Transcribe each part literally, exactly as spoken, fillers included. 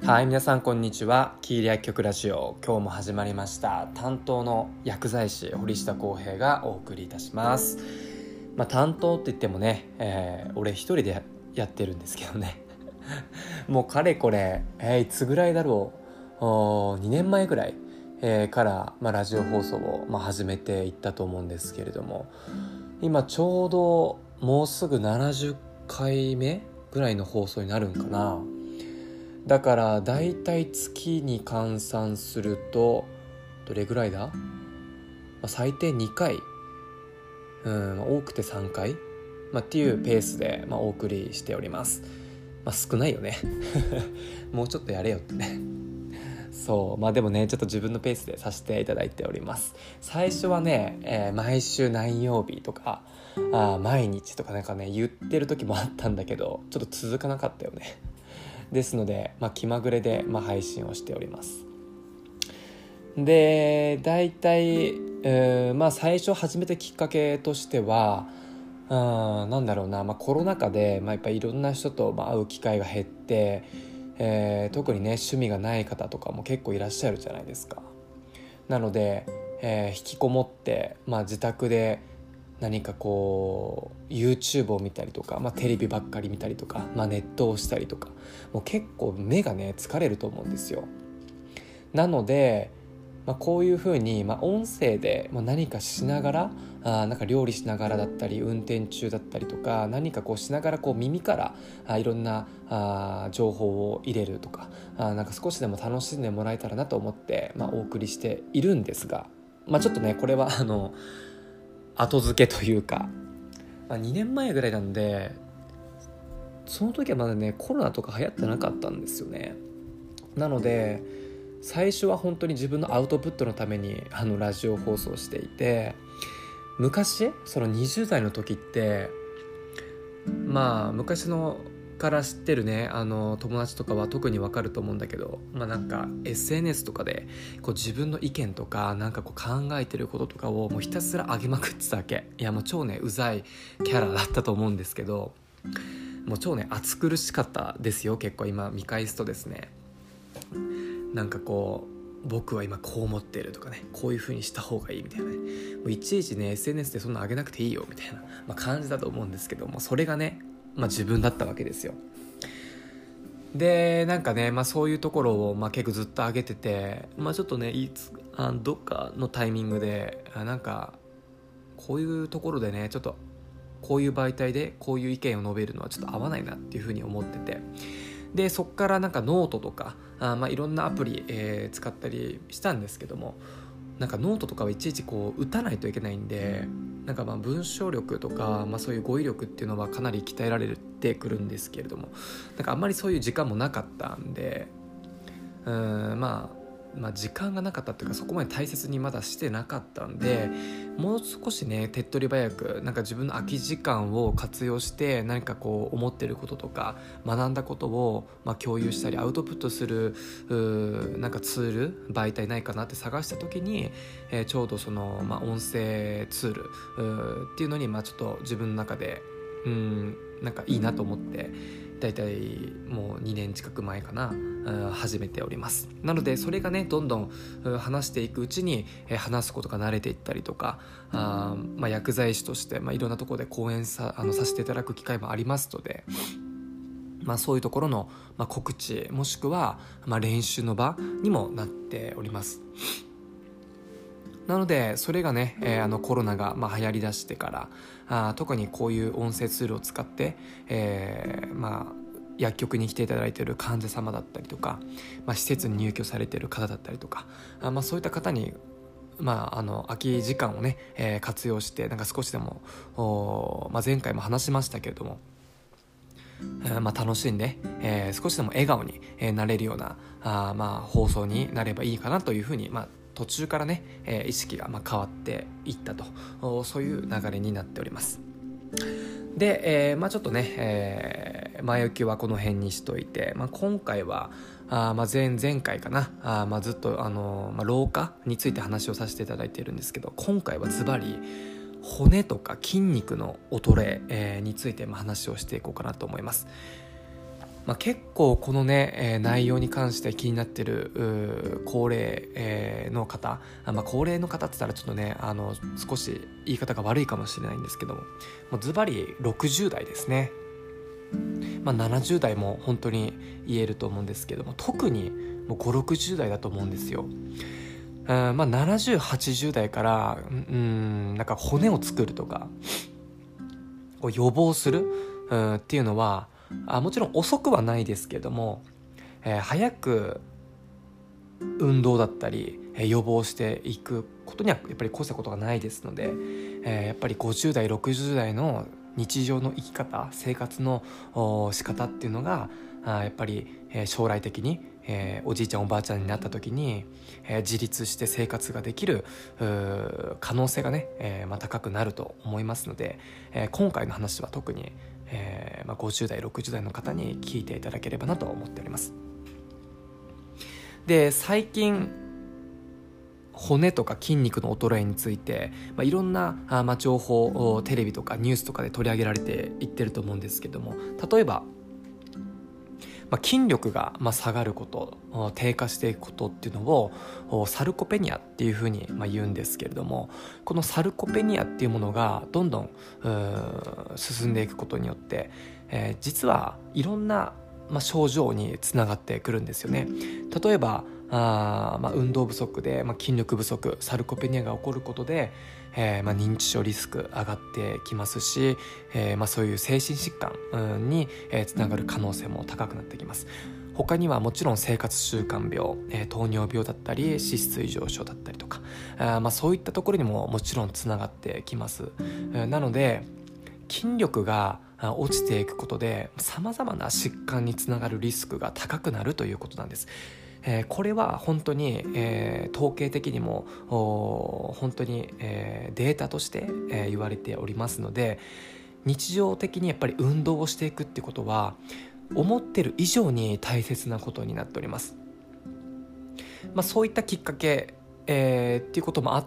はい、皆さんこんにちは。キーリ薬局ラジオ、今日も始まりました。担当の薬剤師堀下康平がお送りいたします。まあ、担当って言ってもね、えー、俺一人で や, やってるんですけどねもうかれこれ、えー、いつぐらいだろうにねんまえぐらい、えー、から、まあ、ラジオ放送を、まあ、始めていったと思うんですけれども、今ちょうどもうすぐななじゅっかいめぐらいの放送になるんかな。だからだいたい月に換算するとどれぐらいだ、まあ、最低にかい、うん、多くてさんかい、まあ、っていうペースで、まあ、お送りしております。まあ、少ないよねもうちょっとやれよってねそうまあでもね、ちょっと自分のペースでさせていただいております。最初はね、えー、毎週何曜日とかあ毎日とかなんかね言ってる時もあったんだけど、ちょっと続かなかったよねですので、まあ、気まぐれで、まあ、配信をしております。でだいたい、えーまあ、最初始めたきっかけとしては、あなんだろうな、まあ、コロナ禍で、まあ、やっぱりいろんな人と、まあ、会う機会が減って、えー、特にね趣味がない方とかも結構いらっしゃるじゃないですか。なので、えー、引きこもって、まあ、自宅で何かこう YouTube を見たりとか、まあ、テレビばっかり見たりとか、まあ、ネットをしたりとか、もう結構目がね疲れると思うんですよ。なので、まあ、こういうふうに、まあ、音声で何かしながらあなんか料理しながらだったり運転中だったりとか、何かこうしながらこう耳からあいろんなあ情報を入れるとか、あなんか少しでも楽しんでもらえたらなと思って、まあ、お送りしているんですが、まあ、ちょっとねこれはあの後付けというか、まあ、にねんまえぐらいなんで、その時はまだねコロナとか流行ってなかったんですよね。なので最初は本当に自分のアウトプットのためにあのラジオ放送していて、昔そのにじゅう代の時ってまあ昔のから知ってるねあの友達とかは特にわかると思うんだけど、まあなんか エスエヌエス とかでこう自分の意見とかなんかこう考えてることとかをもうひたすら上げまくってたわけ。いやもう超ねうざいキャラだったと思うんですけど、もう超ね暑苦しかったですよ。結構今見返すとですね、なんかこう僕は今こう思ってるとかね、こういう風にした方がいいみたいなね、もういちいちね エスエヌエス でそんな上げなくていいよみたいな、まあ、感じだと思うんですけども、それがね、まあ、自分だったわけですよ。でなんかね、まあ、そういうところを、まあ、結構ずっと上げてて、まあ、ちょっとねいつあどっかのタイミングであなんかこういうところでねちょっとこういう媒体でこういう意見を述べるのはちょっと合わないなっていう風に思ってて、でそっからなんかノートとかあ、まあ、いろんなアプリ、えー、使ったりしたんですけども、なんかノートとかはいちいちこう打たないといけないんで、なんかまあ文章力とか、まあ、そういう語彙力っていうのはかなり鍛えられてくるんですけれども、なんかあんまりそういう時間もなかったんで、うーんまあまあ、時間がなかったっていうか、そこまで大切にまだしてなかったんで、もう少しね手っ取り早くなんか自分の空き時間を活用して何かこう思ってることとか学んだことをまあ共有したりアウトプットするなんかツール媒体ないかなって探した時に、えー、ちょうどその、まあ、音声ツールっていうのにまあちょっと自分の中でうんなんかいいなと思って、だいたいもうにねん近く前かな始めております。なのでそれがねどんどん話していくうちに話すことが慣れていったりとか、あ、まあ、薬剤師として、まあ、いろんなところで講演さあのさせていただく機会もありますので、まあ、そういうところの、まあ、告知もしくは、まあ、練習の場にもなっております。なのでそれがね、えー、あのコロナがまあ流行りだしてからあ特にこういう音声ツールを使って、えー、まあ薬局に来ていただいている患者様だったりとか、まあ、施設に入居されている方だったりとか、あ、まあ、そういった方にまあ、あの空き時間をね、えー、活用してなんか少しでも、まあ、前回も話しましたけれども、えーまあ、楽しんで、えー、少しでも笑顔に、えー、なれるようなあ、まあ、放送になればいいかなというふうに、まあ、途中からね、えー、意識がまあ変わっていったと、そういう流れになっております。で、えーまあ、ちょっとね、えー、前置きはこの辺にしといて、まあ、今回はあ、まあ、前, 前回かなあ、まあ、ずっと、あのーまあ、老化について話をさせていただいているんですけど、今回はズバリ骨とか筋肉の衰え、えー、についてまあ話をしていこうかなと思います。 まあ、結構このね、えー、内容に関して気になってる高齢、えーの方、あ、まあ、高齢の方って言ったらちょっとねあの少し言い方が悪いかもしれないんですけども、もうズバリろくじゅう代ですね。まあ、ななじゅう代も本当に言えると思うんですけども、特にもうごじゅう、ろくじゅう代だと思うんですよ。うん、まあ、ななじゅう、はちじゅう代からうんなんか骨を作るとかこう予防する、うん、っていうのはあもちろん遅くはないですけども、えー、早く運動だったり、えー、予防していくことにはやっぱり越したことがないですので、えー、やっぱりごじゅう代ろくじゅう代の日常の生き方、生活の仕方っていうのがあやっぱり、えー、将来的に、えー、おじいちゃんおばあちゃんになった時に、えー、自立して生活ができる可能性がね、えーまあ、高くなると思いますので、えー、今回の話は特に、えーまあ、ごじゅう代ろくじゅう代の方に聞いていただければなと思っております。で最近骨とか筋肉の衰えについて、まあ、いろんなあ、まあ、情報テレビとかニュースとかで取り上げられていってると思うんですけども、例えば、まあ、筋力が、まあ、下がること、低下していくことっていうのをサルコペニアっていうふうに、まあ、言うんですけれども、このサルコペニアっていうものがどんどん進んでいくことによって、えー、実はいろんな、まあ、症状につながってくるんですよね。例えばあ、まあ、運動不足で、まあ、筋力不足、サルコペニアが起こることで、えーまあ、認知症リスク上がってきますし、えーまあ、そういう精神疾患に、えー、つながる可能性も高くなってきます。他にはもちろん生活習慣病、えー、糖尿病だったり脂質異常症だったりとか、あ、まあ、そういったところにももちろんつながってきます。えー、なので筋力が落ちていくことでさまざまな疾患につながるリスクが高くなるということなんです。えー、これは本当に、えー、統計的にも本当に、えー、データとして、えー、言われておりますので、日常的にやっぱり運動をしていくってことは思ってる以上に大切なことになっております。まあ、そういったきっかけえー、っていうこともあって、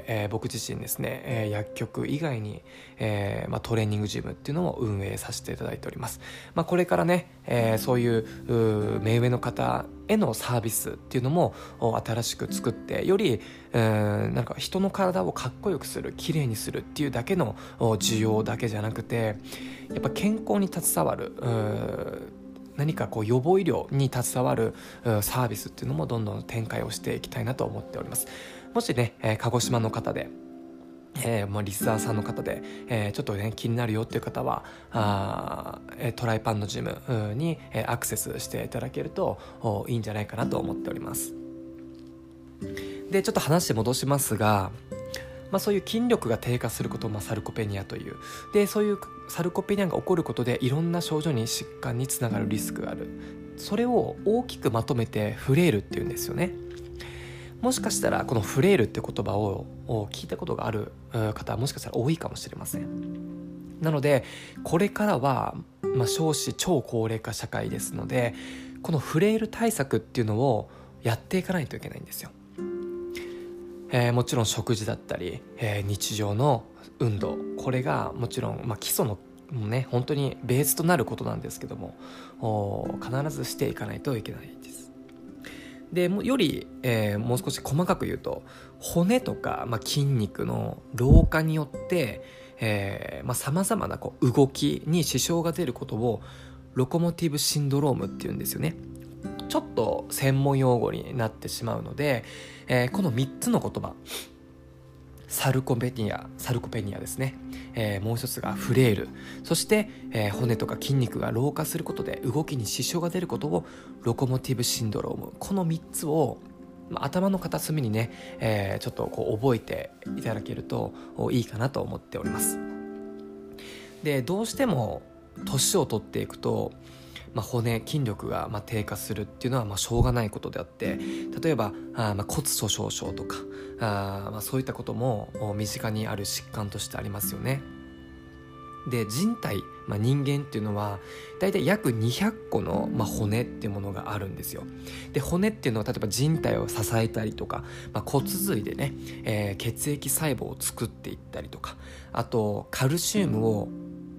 えー、僕自身ですね、えー、薬局以外に、えーまあ、トレーニングジムっていうのを運営させていただいております。まあ、これからね、えー、そういう目上の方へのサービスっていうのも新しく作って、より、えー、なんか人の体をかっこよくする、綺麗にするっていうだけの需要だけじゃなくて、やっぱ健康に携わる何かこう予防医療に携わるサービスっていうのもどんどん展開をしていきたいなと思っております。もしね、えー、鹿児島の方でえーまあ、リスナーさんの方で、えー、ちょっとね気になるよっていう方はあトライパンのジムにアクセスしていただけるといいんじゃないかなと思っております。でちょっと話戻しますが、まあ、そういう筋力が低下することを、まあ、サルコペニアというで、そういうサルコペニアが起こることでいろんな症状に疾患につながるリスクがある。それを大きくまとめてフレイルっていうんですよね。もしかしたらこのフレイルって言葉を聞いたことがある方はもしかしたら多いかもしれません。なのでこれからは、まあ、少子超高齢化社会ですので、このフレイル対策っていうのをやっていかないといけないんですよ。えー、もちろん食事だったり、えー、日常の運動、これがもちろん、まあ、基礎のもうね本当にベースとなることなんですけども、必ずしていかないといけないです。でより、えー、もう少し細かく言うと、骨とか、まあ、筋肉の老化によってさまざ、まなこう動きに支障が出ることをロコモティブシンドロームっていうんですよね。ちょっと専門用語になってしまうので、えー、このみっつの言葉、サルコペニア、サルコペニアですね、えー、もう一つがフレイル、そして、えー、骨とか筋肉が老化することで動きに支障が出ることをロコモティブシンドローム。このみっつを、まあ、頭の片隅にね、えー、ちょっとこう覚えていただけるといいかなと思っております。でどうしても年を取っていくと、まあ、骨筋力がまあ低下するっていうのはまあしょうがないことであって、例えばあまあ骨粗しょう症とかあまあそういったことも身近にある疾患としてありますよね。で人体、まあ、人間っていうのはだいたい約にひゃっこの、まあ、骨っていうものがあるんですよ。で骨っていうのは例えば人体を支えたりとか、まあ、骨髄でね、えー、血液細胞を作っていったりとか、あとカルシウムを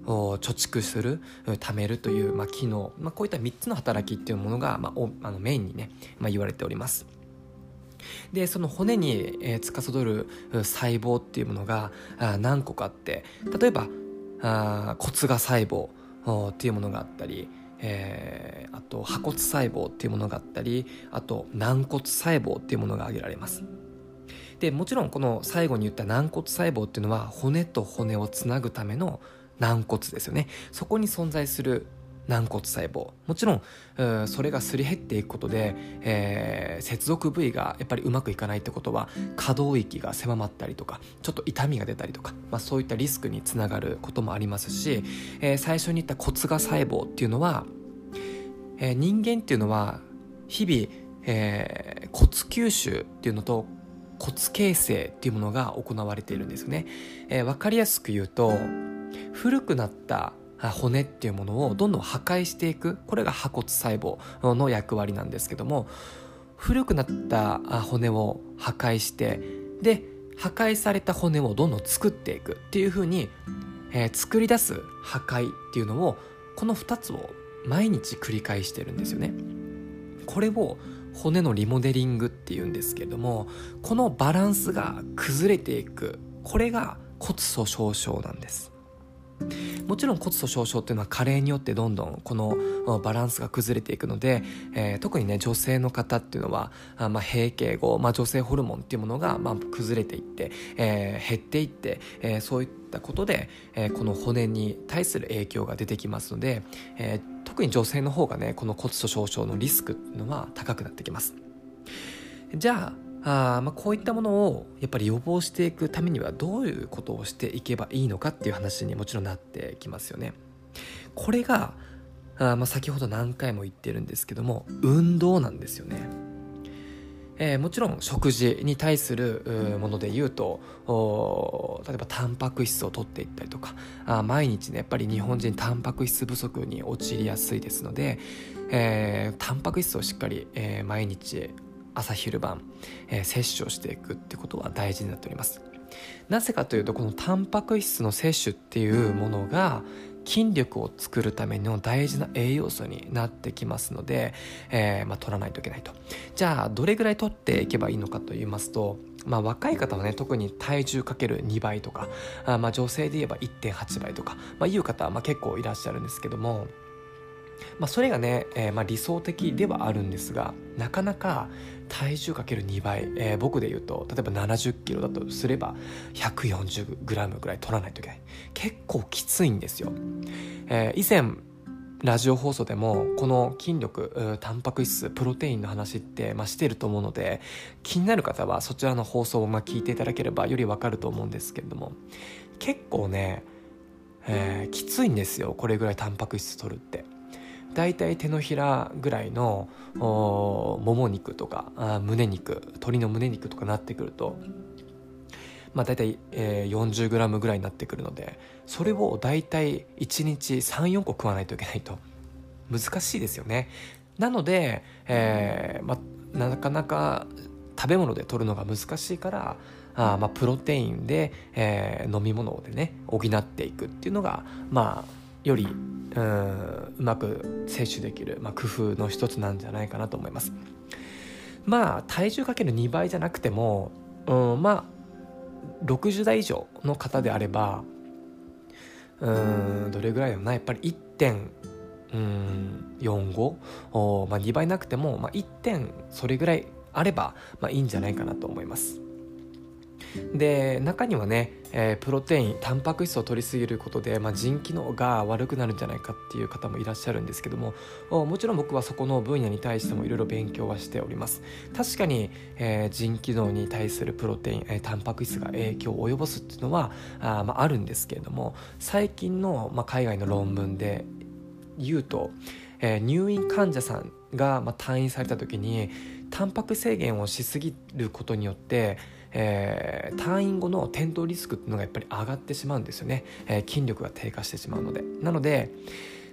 貯蓄する、貯めるという、まあ、機能、まあ、こういったみっつの働きっていうものが、まあ、おあのメインにね、まあ、言われております。でその骨に、えー、司る細胞っていうものがあ何個かあって、例えばあ骨芽細胞っていうものがあったり、えー、あと破骨細胞っていうものがあったり、あと軟骨細胞っていうものが挙げられます。でもちろんこの最後に言った軟骨細胞っていうのは骨と骨をつなぐための軟骨ですよね。そこに存在する軟骨細胞、もちろんそれがすり減っていくことで、えー、接続部位がやっぱりうまくいかないってことは可動域が狭まったりとか、ちょっと痛みが出たりとか、まあ、そういったリスクにつながることもありますし、えー、最初に言った骨芽細胞っていうのは、えー、人間っていうのは日々、えー、骨吸収っていうのと骨形成っていうものが行われているんですよね。えー、分かりやすく言うと、古くなった骨っていうものをどんどん破壊していく、これが破骨細胞の役割なんですけども、古くなった骨を破壊して、で破壊された骨をどんどん作っていくっていう風に、えー、作り出す破壊っていうのを、このふたつを毎日繰り返してるんですよね。これを骨のリモデリングっていうんですけれども、このバランスが崩れていく、これが骨粗しょう症なんです。もちろん骨粗しょう症っていうのは加齢によってどんどんこのバランスが崩れていくので、えー、特にね女性の方っていうのはあ、まあ、閉経後、まあ、女性ホルモンっていうものが、まあ、崩れていって、えー、減っていって、えー、そういったことで、えー、この骨に対する影響が出てきますので、えー、特に女性の方がねこの骨粗しょう症のリスクっていうのは高くなってきます。じゃああまあこういったものをやっぱり予防していくためにはどういうことをしていけばいいのかっていう話にもちろんなってきますよね。これがあまあ先ほど何回も言ってるんですけども、運動なんですよね。えー、もちろん食事に対するもので言うと、例えばタンパク質を取っていったりとか、あ毎日ねやっぱり日本人タンパク質不足に陥りやすいですので、えー、タンパク質をしっかり、えー、毎日朝昼晩、えー、摂取をしていくってことは大事になっております。なぜかというと、このタンパク質の摂取っていうものが筋力を作るための大事な栄養素になってきますので、えーまあ、取らないといけないと。じゃあどれぐらい取っていけばいいのかと言いますと、まあ、若い方はね特に体重かけるにばいとか、あ、まあ、女性で言えば いってんはちばいとか、まあ、いう方はまあ結構いらっしゃるんですけども、まあ、それがね、えーまあ、理想的ではあるんですが、なかなか体重かけるにばい、えー、僕で言うと例えばななじゅっキロだとすればひゃくよんじゅうグラムぐらい取らないといけない。結構きついんですよ。えー、以前ラジオ放送でもこの筋力、タンパク質、プロテインの話って、まあ、してると思うので、気になる方はそちらの放送をまあ聞いていただければよりわかると思うんですけれども、結構ね、えー、きついんですよ、これぐらいタンパク質取るって。だいたい手のひらぐらいのもも肉とかあ胸肉、鶏の胸肉とかなってくると、まあ、だいたい、えー、よんじゅうグラムぐらいになってくるので、それをだいたいいちにちさん、よんこ食わないといけないと難しいですよね。なので、えーまあ、なかなか食べ物で取るのが難しいから、あまあプロテインで、えー、飲み物でね補っていくっていうのが、まあよりうんうまく摂取できる、まあ、工夫の一つなんじゃないかなと思います。まあ体重かけるにばいじゃなくても、うん、まあろくじゅうだい以上の方であれば、うんどれぐらいだろうな、やっぱり いってんよんご、まあ、にばいなくても、まあ、いってんそれぐらいあれば、まあ、いいんじゃないかなと思います。で中にはね、えー、プロテイン、タンパク質を取りすぎることで、まあ、腎機能が悪くなるんじゃないかっていう方もいらっしゃるんですけども、もちろん僕はそこの分野に対してもいろいろ勉強はしております。確かに、えー、腎機能に対するプロテイン、えー、タンパク質が影響を及ぼすっていうのは あ,、まあ、あるんですけれども、最近の、まあ、海外の論文で言うと、えー、入院患者さんが、まあ、退院された時にタンパク制限をしすぎることによってえー、退院後の転倒リスクっていうのがやっぱり上がってしまうんですよね、えー、筋力が低下してしまうので。なので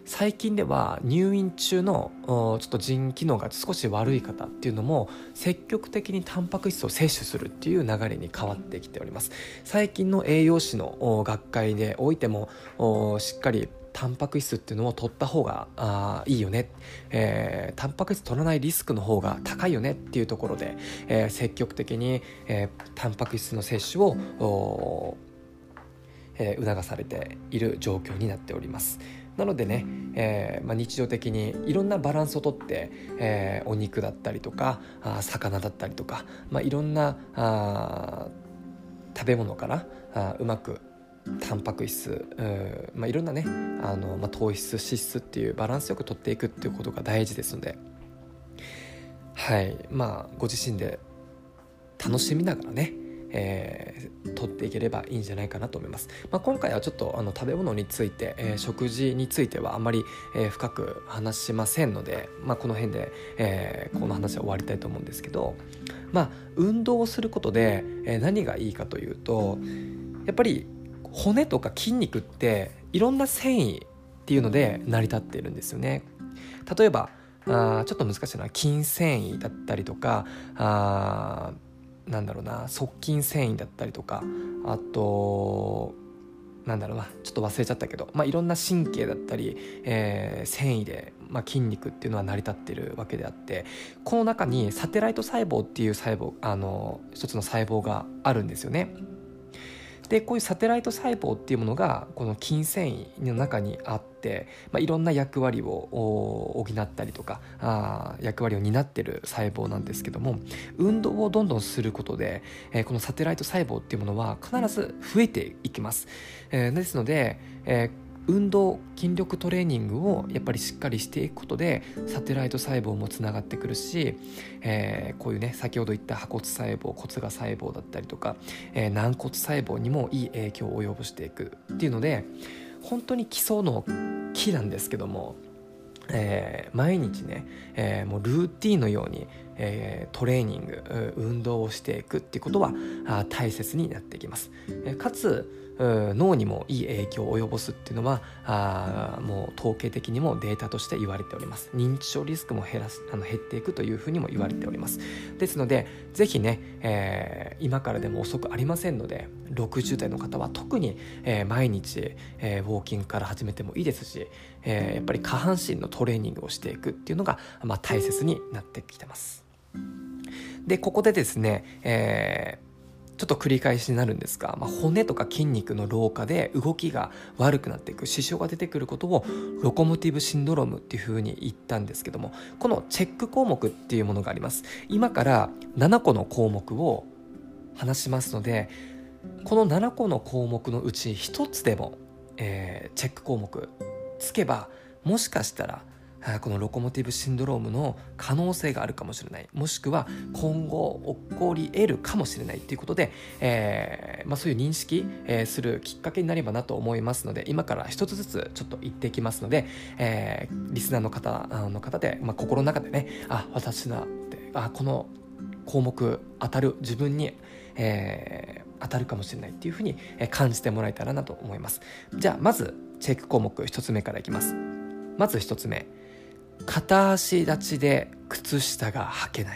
最近では入院中のちょっと腎機能が少し悪い方っていうのも積極的にタンパク質を摂取するっていう流れに変わってきております。最近の栄養士の学会でおいてもしっかりタンパク質っていうのを取った方があいいよね、えー、タンパク質取らないリスクの方が高いよねっていうところで、えー、積極的に、えー、タンパク質の摂取を、えー、促されている状況になっております。なのでね、えーまあ、日常的にいろんなバランスをとって、えー、お肉だったりとかあ魚だったりとか、まあ、いろんなあ食べ物からあうまくタンパク質、まあ、いろんなねあの、まあ、糖質脂質っていうバランスよくとっていくっていうことが大事ですので、はいまあご自身で楽しみながらね、えー、取っていければいいんじゃないかなと思います。まあ、今回はちょっとあの食べ物について、えー、食事についてはあんまり、えー、深く話しませんので、まあ、この辺で、えー、この話は終わりたいと思うんですけど、まあ、運動をすることで、えー、何がいいかというと、やっぱり骨とか筋肉っていろんな繊維っていうので成り立っているんですよね。例えばあちょっと難しいのは筋繊維だったりとかあなんだろうな側筋繊維だったりとか、あとなんだろうなちょっと忘れちゃったけど、まあ、いろんな神経だったり、えー、繊維で、まあ、筋肉っていうのは成り立っているわけであって、この中にサテライト細胞っていう細胞あの一つの細胞があるんですよね。でこういうサテライト細胞っていうものがこの筋繊維の中にあって、まあ、いろんな役割を補ったりとかあ役割を担っている細胞なんですけども、運動をどんどんすることで、えー、このサテライト細胞っていうものは必ず増えていきます、えー、ですので、えー運動筋力トレーニングをやっぱりしっかりしていくことでサテライト細胞もつながってくるし、えー、こういうね先ほど言った破骨細胞骨芽細胞だったりとか、えー、軟骨細胞にもいい影響を及ぼしていくっていうので、本当に基礎の木なんですけども、えー、毎日ね、えー、もうルーティーンのように、えー、トレーニング運動をしていくっていうことはあ大切になってきます、えー、かつ脳にもいい影響を及ぼすっていうのはあもう統計的にもデータとして言われております。認知症リスクも減らすあの減っていくというふうにも言われております。ですのでぜひね、えー、今からでも遅くありませんので、ろくじゅう代の方は特に、えー、毎日、えー、ウォーキングから始めてもいいですし、えー、やっぱり下半身のトレーニングをしていくっていうのが、まあ、大切になってきてます。でここでですね、えーちょっと繰り返しになるんですが、まあ、骨とか筋肉の老化で動きが悪くなっていく支障が出てくることをロコモティブシンドロームっていうふうに言ったんですけども、このチェック項目っていうものがあります。今からななこの項目を話しますので、このななこの項目のうちひとつでも、えー、チェック項目つけば、もしかしたらこのロコモティブシンドロームの可能性があるかもしれない、もしくは今後起こり得るかもしれないということで、えーまあ、そういう認識、えー、するきっかけになればなと思いますので、今から一つずつちょっと言っていきますので、えー、リスナーの方の方で、まあ、心の中でね、あ私だってあこの項目当たる自分に、えー、当たるかもしれないっていうふうに感じてもらえたらなと思います。じゃあまずチェック項目一つ目からいきます。まず一つ目、片足立ちで靴下が履けない。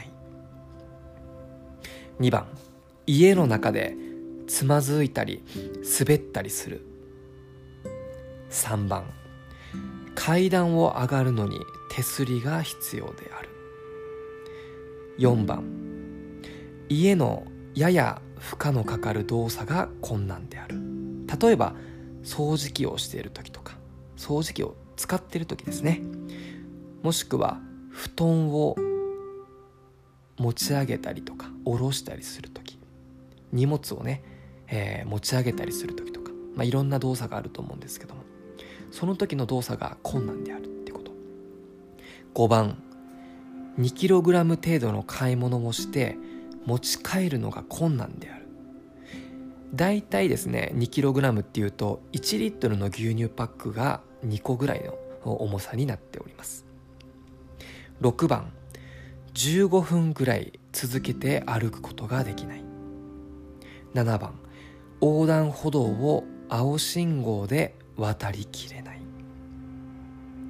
にばん、家の中でつまずいたり滑ったりする。さんばん、階段を上がるのに手すりが必要である。よんばん、家のやや負荷のかかる動作が困難である。例えば掃除機をしている時とか、掃除機を使っている時ですね。もしくは布団を持ち上げたりとか下ろしたりするとき、荷物をね、えー、持ち上げたりするときとか、まあ、いろんな動作があると思うんですけども、その時の動作が困難であるってこと。ごばん、にキログラム程度の買い物をして持ち帰るのが困難である。だいたいですね にキログラム っていうといちリットルの牛乳パックがにこぐらいの重さになっております。ろくばん、じゅうごふんぐらい続けて歩くことができない。ななばん、横断歩道を青信号で渡りきれない。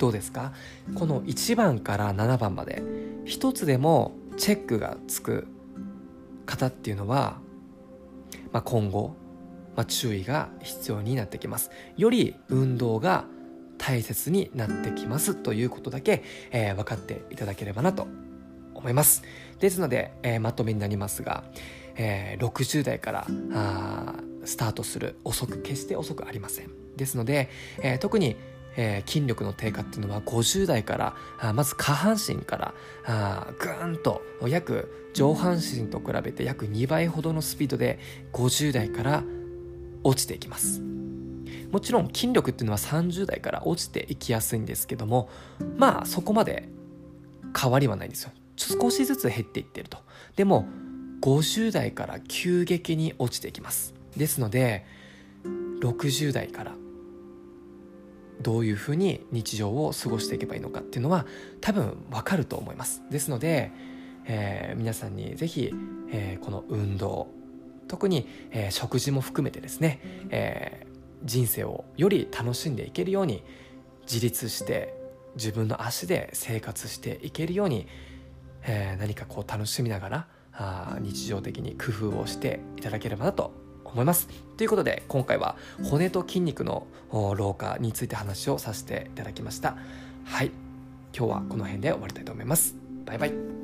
どうですか？このいちばんからななばんまで一つでもチェックがつく方っていうのは、まあ、今後、まあ、注意が必要になってきます。より運動が大切になってきますということだけ、えー、分かっていただければなと思います。ですので、えー、まとめになりますが、えー、ろくじゅう代からあスタートする、遅く決して遅くありません。ですので、えー、特に、えー、筋力の低下っていうのはごじゅう代からあまず下半身からあぐーんと約上半身と比べて約にばいほどのスピードでごじゅう代から落ちていきます。もちろん筋力っていうのはさんじゅう代から落ちていきやすいんですけども、まあそこまで変わりはないんですよ。少しずつ減っていってると。でもごじゅう代から急激に落ちていきます。ですのでろくじゅう代からどういうふうに日常を過ごしていけばいいのかっていうのは多分分かると思います。ですので、えー、皆さんにぜひ、えー、この運動、特に、えー、食事も含めてですね、えー、人生をより楽しんでいけるように、自立して自分の足で生活していけるように、えー、何かこう楽しみながらあ日常的に工夫をしていただければなと思います。ということで今回は骨と筋肉の老化について話をさせていただきました。はい、今日はこの辺で終わりたいと思います。バイバイ。